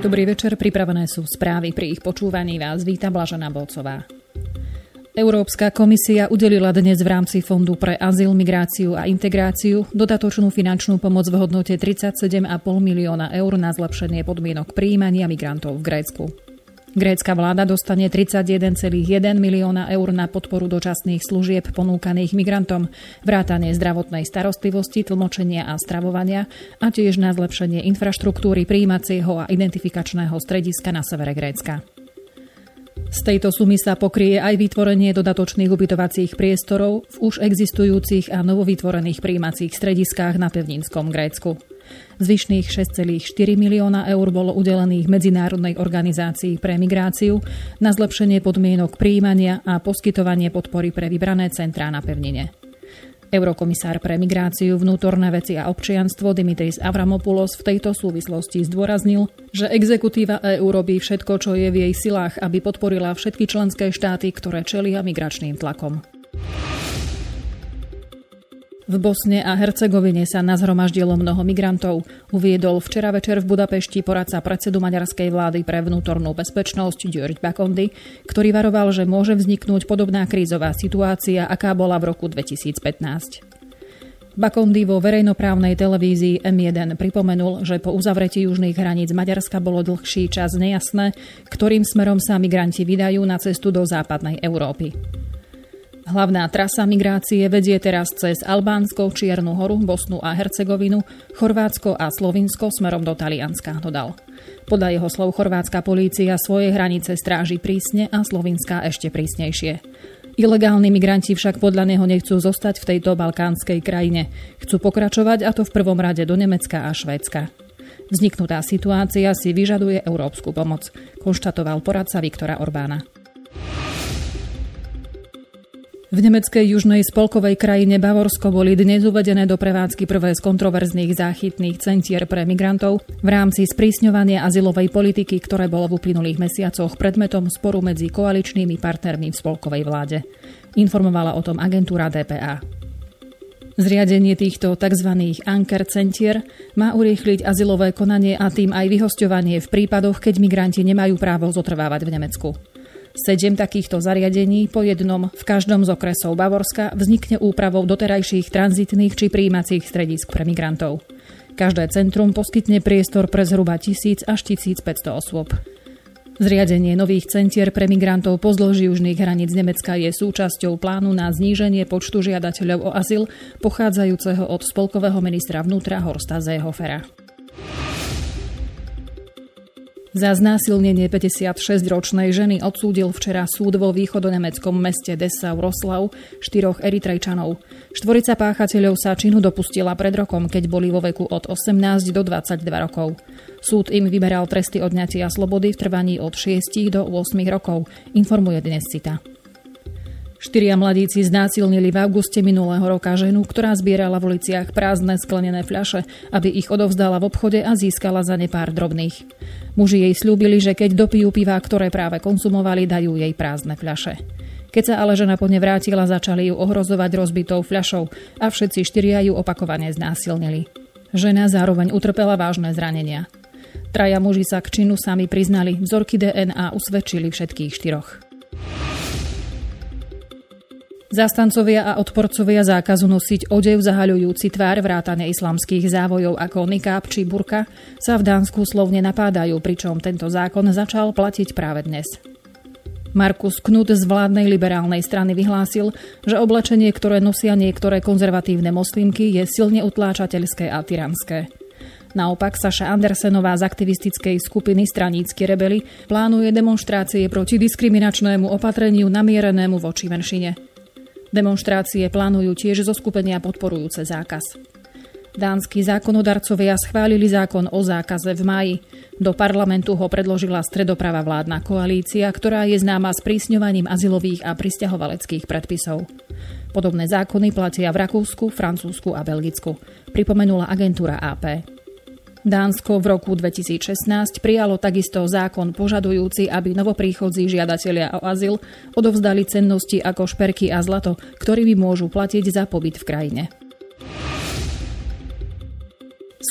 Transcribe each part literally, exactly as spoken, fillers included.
Dobrý večer, pripravené sú správy. Pri ich počúvaní vás víta Blažena Bolcová. Európska komisia udelila dnes v rámci Fondu pre azyl, migráciu a integráciu dodatočnú finančnú pomoc v hodnote tridsaťsedem celá päť milióna eur na zlepšenie podmienok prijímania migrantov v Grécku. Grécka vláda dostane tridsaťjeden celá jeden milióna eur na podporu dočasných služieb ponúkaných migrantom, vrátanie zdravotnej starostlivosti, tlmočenia a stravovania a tiež na zlepšenie infraštruktúry prijímacieho a identifikačného strediska na severe Grécka. Z tejto sumy sa pokrie aj vytvorenie dodatočných ubytovacích priestorov v už existujúcich a novovytvorených prijímacích strediskách na pevninskom Grécku. Zvyšných šesť celá štyri milióna eur bolo udelených Medzinárodnej organizácii pre migráciu na zlepšenie podmienok prijímania a poskytovanie podpory pre vybrané centrá na pevnine. Eurokomisár pre migráciu, vnútorné veci a občianstvo Dimitris Avramopoulos v tejto súvislosti zdôraznil, že exekutíva EÚ robí všetko, čo je v jej silách, aby podporila všetky členské štáty, ktoré čelia migračným tlakom. V Bosne a Hercegovine sa nazhromaždilo mnoho migrantov, uviedol včera večer v Budapešti poradca predsedu maďarskej vlády pre vnútornú bezpečnosť György Bakondy, ktorý varoval, že môže vzniknúť podobná krízová situácia, aká bola v roku dvetisícpätnásť. Bakondy vo verejnoprávnej televízii em jeden pripomenul, že po uzavretí južných hraníc Maďarska bolo dlhší čas nejasné, ktorým smerom sa migranti vydajú na cestu do západnej Európy. Hlavná trasa migrácie vedie teraz cez Albánsko, Čiernu Horu, Bosnu a Hercegovinu, Chorvátsko a Slovinsko smerom do Talianska, dodal. Podľa jeho slov chorvátska polícia svoje hranice stráži prísne a slovinská ešte prísnejšie. Ilegálni migranti však podľa neho nechcú zostať v tejto balkánskej krajine. Chcú pokračovať, a to v prvom rade do Nemecka a Švédska. Vzniknutá situácia si vyžaduje európsku pomoc, konštatoval poradca Viktora Orbána. V nemeckej južnej spolkovej krajine Bavorsko boli dnes uvedené do prevádzky prvé z kontroverzných záchytných centier pre migrantov v rámci sprísňovania azylovej politiky, ktoré bolo v uplynulých mesiacoch predmetom sporu medzi koaličnými partnermi v spolkovej vláde. Informovala o tom agentúra dé pé á. Zriadenie týchto tzv. Anker centier má urýchliť azylové konanie a tým aj vyhosťovanie v prípadoch, keď migranti nemajú právo zotrvávať v Nemecku. Sedem takýchto zariadení, po jednom v každom z okresov Bavorska, vznikne úpravou doterajších tranzitných či prijímacích stredisk pre migrantov. Každé centrum poskytne priestor pre zhruba tisíc až tisícpäťsto osôb. Zriadenie nových centier pre migrantov pozdĺž južných hraníc Nemecka je súčasťou plánu na zníženie počtu žiadateľov o azyl pochádzajúceho od spolkového ministra vnútra Horsta Seehofera. Za znásilnenie päťdesiatšesťročnej ženy odsúdil včera súd vo východonemeckom meste Dessau-Rosslau štyroch Eritrejčanov. Štvorica páchateľov sa činu dopustila pred rokom, keď boli vo veku od osemnásť do dvadsaťdva rokov. Súd im vyberal tresty odňatia slobody v trvaní od šiestich do ôsmich rokov, informuje dnes Cita. Štyria mladíci znásilnili v auguste minulého roka ženu, ktorá zbierala v uliciach prázdne sklenené fľaše, aby ich odovzdala v obchode a získala za ne pár drobných. Muži jej sľúbili, že keď dopijú piva, ktoré práve konzumovali, dajú jej prázdne fľaše. Keď sa ale žena po ne vrátila, začali ju ohrozovať rozbitou fľašou a všetci štyria ju opakovane znásilnili. Žena zároveň utrpela vážne zranenia. Traja muži sa k činu sami priznali, vzorky dé en á usvedčili všetkých štyroch. Zastancovia a odporcovia zákazu nosiť odev zahaľujúci tvár vrátane islamských závojov ako nikáb či burka sa v Dánsku slovne napádajú, pričom tento zákon začal platiť práve dnes. Markus Knuth z vládnej liberálnej strany vyhlásil, že oblečenie, ktoré nosia niektoré konzervatívne moslimky, je silne utláčateľské a tyranské. Naopak Saša Andersenová z aktivistickej skupiny Stranícki rebeli plánuje demonštrácie proti diskriminačnému opatreniu namierenému voči menšine. Demonštrácie plánujú tiež zo skupenia podporujúce zákaz. Dánsky zákonodarcovia schválili zákon o zákaze v máji. Do parlamentu ho predložila stredoprava vládna koalícia, ktorá je známa sprísňovaním azylových a prisťahovaleckých predpisov. Podobné zákony platia v Rakúsku, Francúzsku a Belgicku, pripomenula agentúra á pé. Dánsko v roku dvetisícšestnásť prijalo takisto zákon požadujúci, aby novopríchodzí žiadatelia o azyl odovzdali cennosti ako šperky a zlato, ktorými môžu platiť za pobyt v krajine.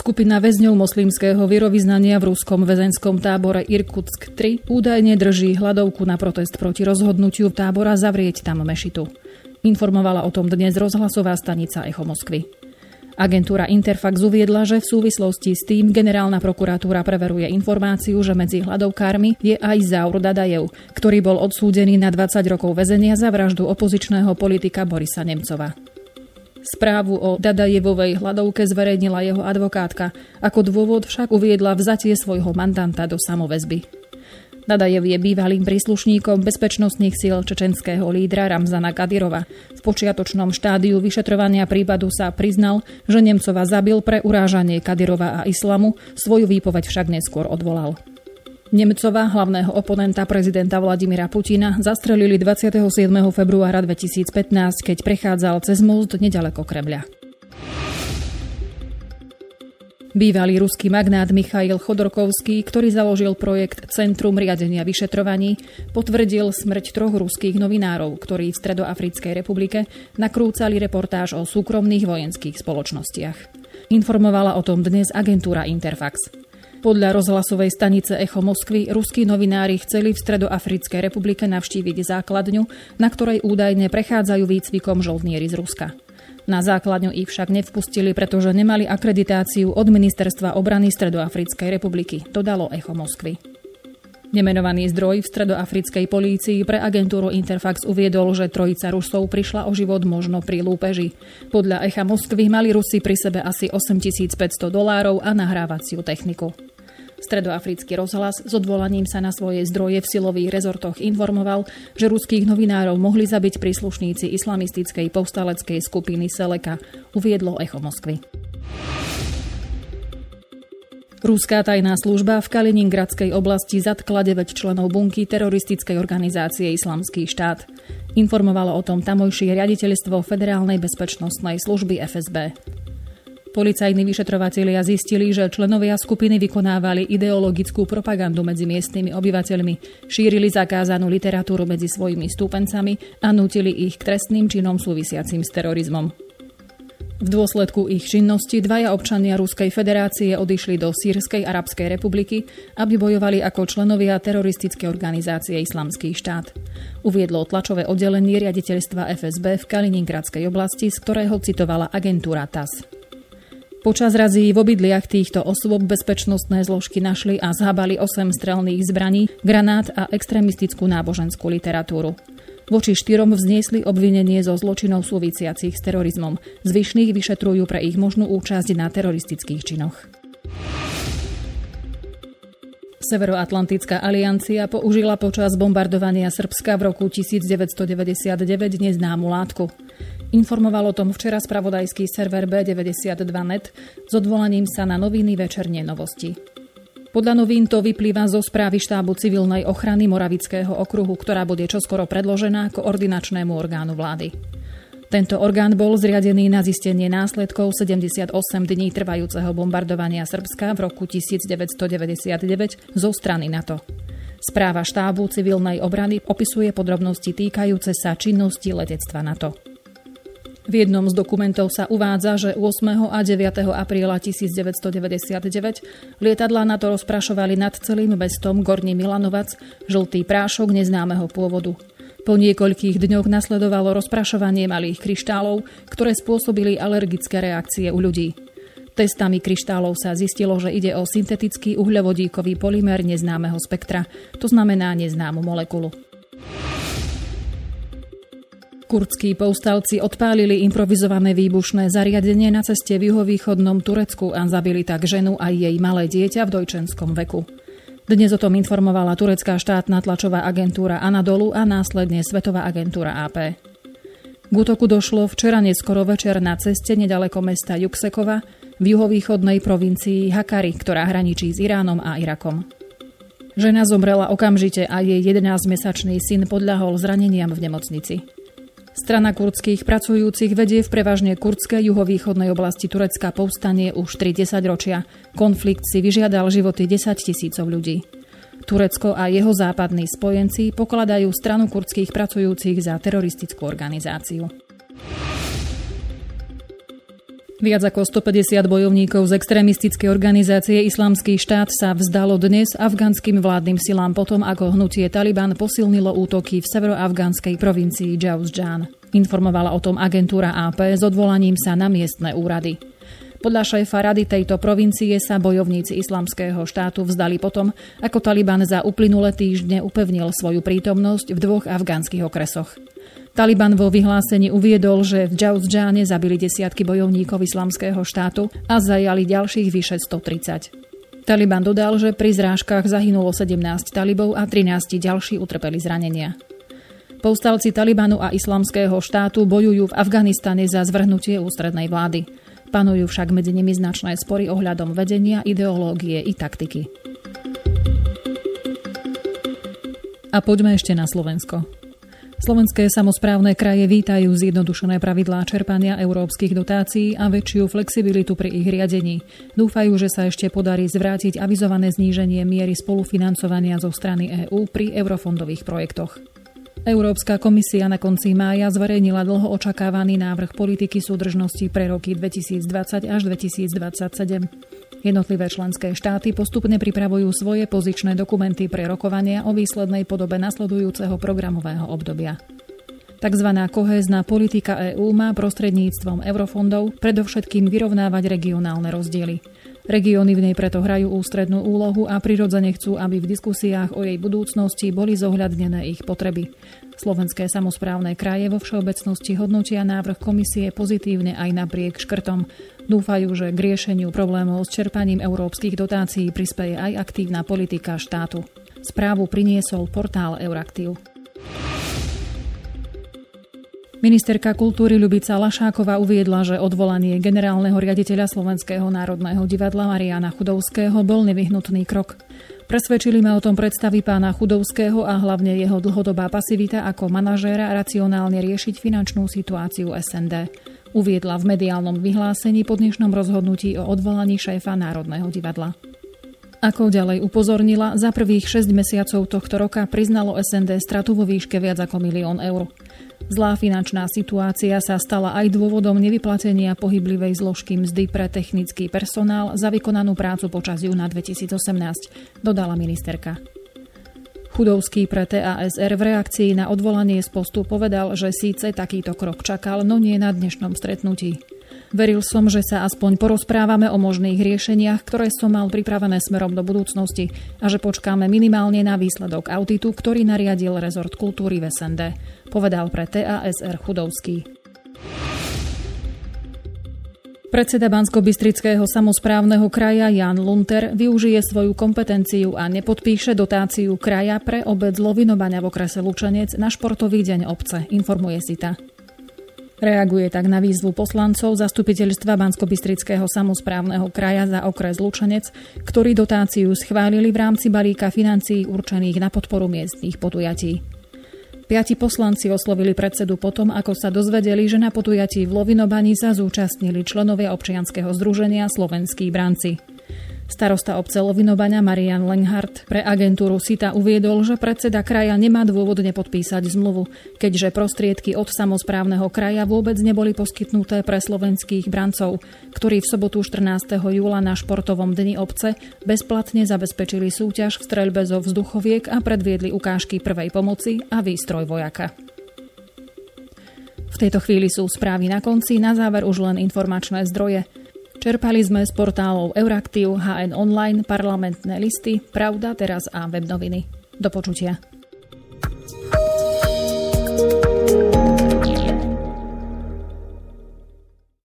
Skupina väzňov moslimského vierovyznania v ruskom väzenskom tábore Irkutsk tri údajne drží hladovku na protest proti rozhodnutiu tábora zavrieť tam mešitu. Informovala o tom dnes rozhlasová stanica Echo Moskvy. Agentúra Interfax uviedla, že v súvislosti s tým generálna prokuratúra preveruje informáciu, že medzi hladovkármi je aj Zaur Dadajev, ktorý bol odsúdený na dvadsať rokov väzenia za vraždu opozičného politika Borisa Nemcova. Správu o Dadajevovej hladovke zverejnila jeho advokátka, ako dôvod však uviedla vzatie svojho mandanta do samoväzby. Dadajev je bývalým príslušníkom bezpečnostných síl čečenského lídra Ramzana Kadyrova. V počiatočnom štádiu vyšetrovania prípadu sa priznal, že Nemcova zabil pre urážanie Kadyrova a islamu, svoju výpoveď však neskôr odvolal. Nemcova, hlavného oponenta prezidenta Vladimíra Putina, zastrelili dvadsiateho siedmeho februára dvetisícpätnásť, keď prechádzal cez most neďaleko Kremľa. Bývalý ruský magnát Michail Chodorkovský, ktorý založil projekt Centrum riadenia vyšetrovaní, potvrdil smrť troch ruských novinárov, ktorí v Stredoafrickej republike nakrúcali reportáž o súkromných vojenských spoločnostiach. Informovala o tom dnes agentúra Interfax. Podľa rozhlasovej stanice Echo Moskvy ruskí novinári chceli v Stredoafrickej republike navštíviť základňu, na ktorej údajne prechádzajú výcvikom žoldnieri z Ruska. Na základňu ich však nevpustili, pretože nemali akreditáciu od Ministerstva obrany Stredoafrickej republiky, dodalo Echo Moskvy. Nemenovaný zdroj v stredoafrickej polícii pre agentúru Interfax uviedol, že trojica Rusov prišla o život možno pri lúpeži. Podľa Echa Moskvy mali Rusi pri sebe asi osemtisícpäťsto dolárov a nahrávaciu techniku. Stredoafrický rozhlas s odvolaním sa na svoje zdroje v silových rezortoch informoval, že ruských novinárov mohli zabiť príslušníci islamistickej povstaleckej skupiny Seleka, uviedlo Echo Moskvy. Ruská tajná služba v Kaliningradskej oblasti zatkla deväť členov bunky teroristickej organizácie Islamský štát. Informovalo o tom tamojšie riaditeľstvo Federálnej bezpečnostnej služby ef es bé. Policajní vyšetrovatelia zistili, že členovia skupiny vykonávali ideologickú propagandu medzi miestnymi obyvateľmi, šírili zakázanú literatúru medzi svojimi stúpencami a nútili ich k trestným činom súvisiacim s terorizmom. V dôsledku ich činnosti dvaja občania Ruskej federácie odišli do Sýrskej arabskej republiky, aby bojovali ako členovia teroristickej organizácie Islamský štát. Uviedlo tlačové oddelenie riaditeľstva ef es bé v Kaliningradskej oblasti, z ktorého citovala agentúra té á es. Počas razí v obydliach týchto osôb bezpečnostné zložky našli a zhabali osem strelných zbraní, granát a extrémistickú náboženskú literatúru. Voči štyrom vzniesli obvinenie zo zločinov súvisiacich s terorizmom. Zvyšných vyšetrujú pre ich možnú účasť na teroristických činoch. Severoatlantická aliancia použila počas bombardovania Srbska v roku devätnásťstodeväťdesiatdeväť neznámu látku. Informoval o tom včera spravodajský server bé deväťdesiatdva bodka net s odvolaním sa na noviny Večerné novosti. Podľa novín to vyplýva zo správy štábu civilnej ochrany Moravického okruhu, ktorá bude čoskoro predložená koordinačnému orgánu vlády. Tento orgán bol zriadený na zistenie následkov sedemdesiatosem dní trvajúceho bombardovania Srbska v roku devätnásťstodeväťdesiatdeväť zo strany NATO. Správa štábu civilnej obrany opisuje podrobnosti týkajúce sa činnosti letectva NATO. V jednom z dokumentov sa uvádza, že ôsmeho a deviateho apríla devätnásťstodeväťdesiatdeväť lietadlá NATO rozprašovali nad celým mestom Gorný Milanovac žltý prášok neznámeho pôvodu. Po niekoľkých dňoch nasledovalo rozprašovanie malých kryštálov, ktoré spôsobili alergické reakcie u ľudí. Testami kryštálov sa zistilo, že ide o syntetický uhľovodíkový polymér neznámeho spektra, to znamená neznámu molekulu. Kurdskí povstalci odpálili improvizované výbušné zariadenie na ceste v juhovýchodnom Turecku a zabili tak ženu a jej malé dieťa v dojčenskom veku. Dnes o tom informovala turecká štátna tlačová agentúra Anadolu a následne svetová agentúra á pé. K útoku došlo včera neskoro večer na ceste nedaleko mesta Yuksekova v juhovýchodnej provincii Hakkari, ktorá hraničí s Iránom a Irakom. Žena zomrela okamžite a jej jedenásťmesačný syn podľahol zraneniam v nemocnici. Strana kurdských pracujúcich vedie v prevažne kurdskej juhovýchodnej oblasti Turecka povstanie už tri desaťročia. Konflikt si vyžiadal životy desaťtisícov ľudí. Turecko a jeho západní spojenci pokladajú stranu kurdských pracujúcich za teroristickú organizáciu. Viac ako stopäťdesiat bojovníkov z extrémistickej organizácie Islamský štát sa vzdalo dnes afgánskym vládnym silám potom, ako hnutie Taliban posilnilo útoky v severoafgánskej provincii Džauzďan. Informovala o tom agentúra á pé s odvolaním sa na miestne úrady. Podľa šéfa rady tejto provincie sa bojovníci Islamského štátu vzdali potom, ako Taliban za uplynulé týždne upevnil svoju prítomnosť v dvoch afgánskych okresoch. Taliban vo vyhlásení uviedol, že v Džauzďane zabili desiatky bojovníkov Islamského štátu a zajali ďalších vyše stotridsať. Taliban dodal, že pri zrážkach zahynulo sedemnásť talibov a trinásť ďalší utrpeli zranenia. Povstalci Talibanu a Islamského štátu bojujú v Afganistane za zvrhnutie ústrednej vlády. Panujú však medzi nimi značné spory ohľadom vedenia, ideológie i taktiky. A poďme ešte na Slovensko. Slovenské samosprávne kraje vítajú zjednodušené pravidlá čerpania európskych dotácií a väčšiu flexibilitu pri ich riadení. Dúfajú, že sa ešte podarí zvrátiť avizované zníženie miery spolufinancovania zo strany EÚ pri eurofondových projektoch. Európska komisia na konci mája zverejnila dlho očakávaný návrh politiky súdržnosti pre roky dvetisícdvadsať až dvetisícdvadsaťsedem. Jednotlivé členské štáty postupne pripravujú svoje pozičné dokumenty pre rokovania o výslednej podobe nasledujúceho programového obdobia. Takzvaná kohézna politika EÚ má prostredníctvom eurofondov predovšetkým vyrovnávať regionálne rozdiely. Regióny v nej preto hrajú ústrednú úlohu a prirodzene chcú, aby v diskusiách o jej budúcnosti boli zohľadnené ich potreby. Slovenské samosprávne kraje vo všeobecnosti hodnotia návrh komisie pozitívne aj napriek škrtom. Dúfajú, že k riešeniu problémov s čerpaním európskych dotácií prispeje aj aktívna politika štátu. Správu priniesol portál Euraktiv. Ministerka kultúry Ľubica Lašáková uviedla, že odvolanie generálneho riaditeľa Slovenského národného divadla Mariána Chudovského bol nevyhnutný krok. Presvedčili ma o tom predstavy pána Chudovského a hlavne jeho dlhodobá pasivita ako manažéra racionálne riešiť finančnú situáciu es en dé. Uviedla v mediálnom vyhlásení po dnešnom rozhodnutí o odvolaní šéfa Národného divadla. Ako ďalej upozornila, za prvých šesť mesiacov tohto roka priznalo es en dé stratu vo výške viac ako milión eur. Zlá finančná situácia sa stala aj dôvodom nevyplatenia pohyblivej zložky mzdy pre technický personál za vykonanú prácu počas júna dvetisícosemnásť, dodala ministerka. Chudovský pre té á es er v reakcii na odvolanie z postu povedal, že síce takýto krok čakal, no nie na dnešnom stretnutí. Veril som, že sa aspoň porozprávame o možných riešeniach, ktoré som mal pripravené smerom do budúcnosti a že počkáme minimálne na výsledok auditu, ktorý nariadil rezort kultúry v es en dé, povedal pre té á es er Chudovský. Predseda Banskobystrického samosprávneho kraja Ján Lunter využije svoju kompetenciu a nepodpíše dotáciu kraja pre obec Lovinobaňa v okrese Lučenec na športový deň obce, informuje SITA. Reaguje tak na výzvu poslancov zastupiteľstva Banskobystrického samosprávneho kraja za okres Lučenec, ktorí dotáciu schválili v rámci balíka financií určených na podporu miestnych podujatí. Piati poslanci oslovili predsedu potom, ako sa dozvedeli, že na podujatí v Lovinobani sa zúčastnili členovia občianskeho združenia Slovenskí branci. Starosta obce Lovinobaňa Marian Lenghart pre agentúru SITA uviedol, že predseda kraja nemá dôvod nepodpísať zmluvu, keďže prostriedky od samosprávneho kraja vôbec neboli poskytnuté pre slovenských brancov, ktorí v sobotu štrnásteho júla na športovom dni obce bezplatne zabezpečili súťaž v streľbe zo vzduchoviek a predviedli ukážky prvej pomoci a výstroj vojaka. V tejto chvíli sú správy na konci, na záver už len informačné zdroje. Čerpali sme z portálov Euraktiv, há en Online, Parlamentné listy, Pravda teraz a Web noviny. Do počutia.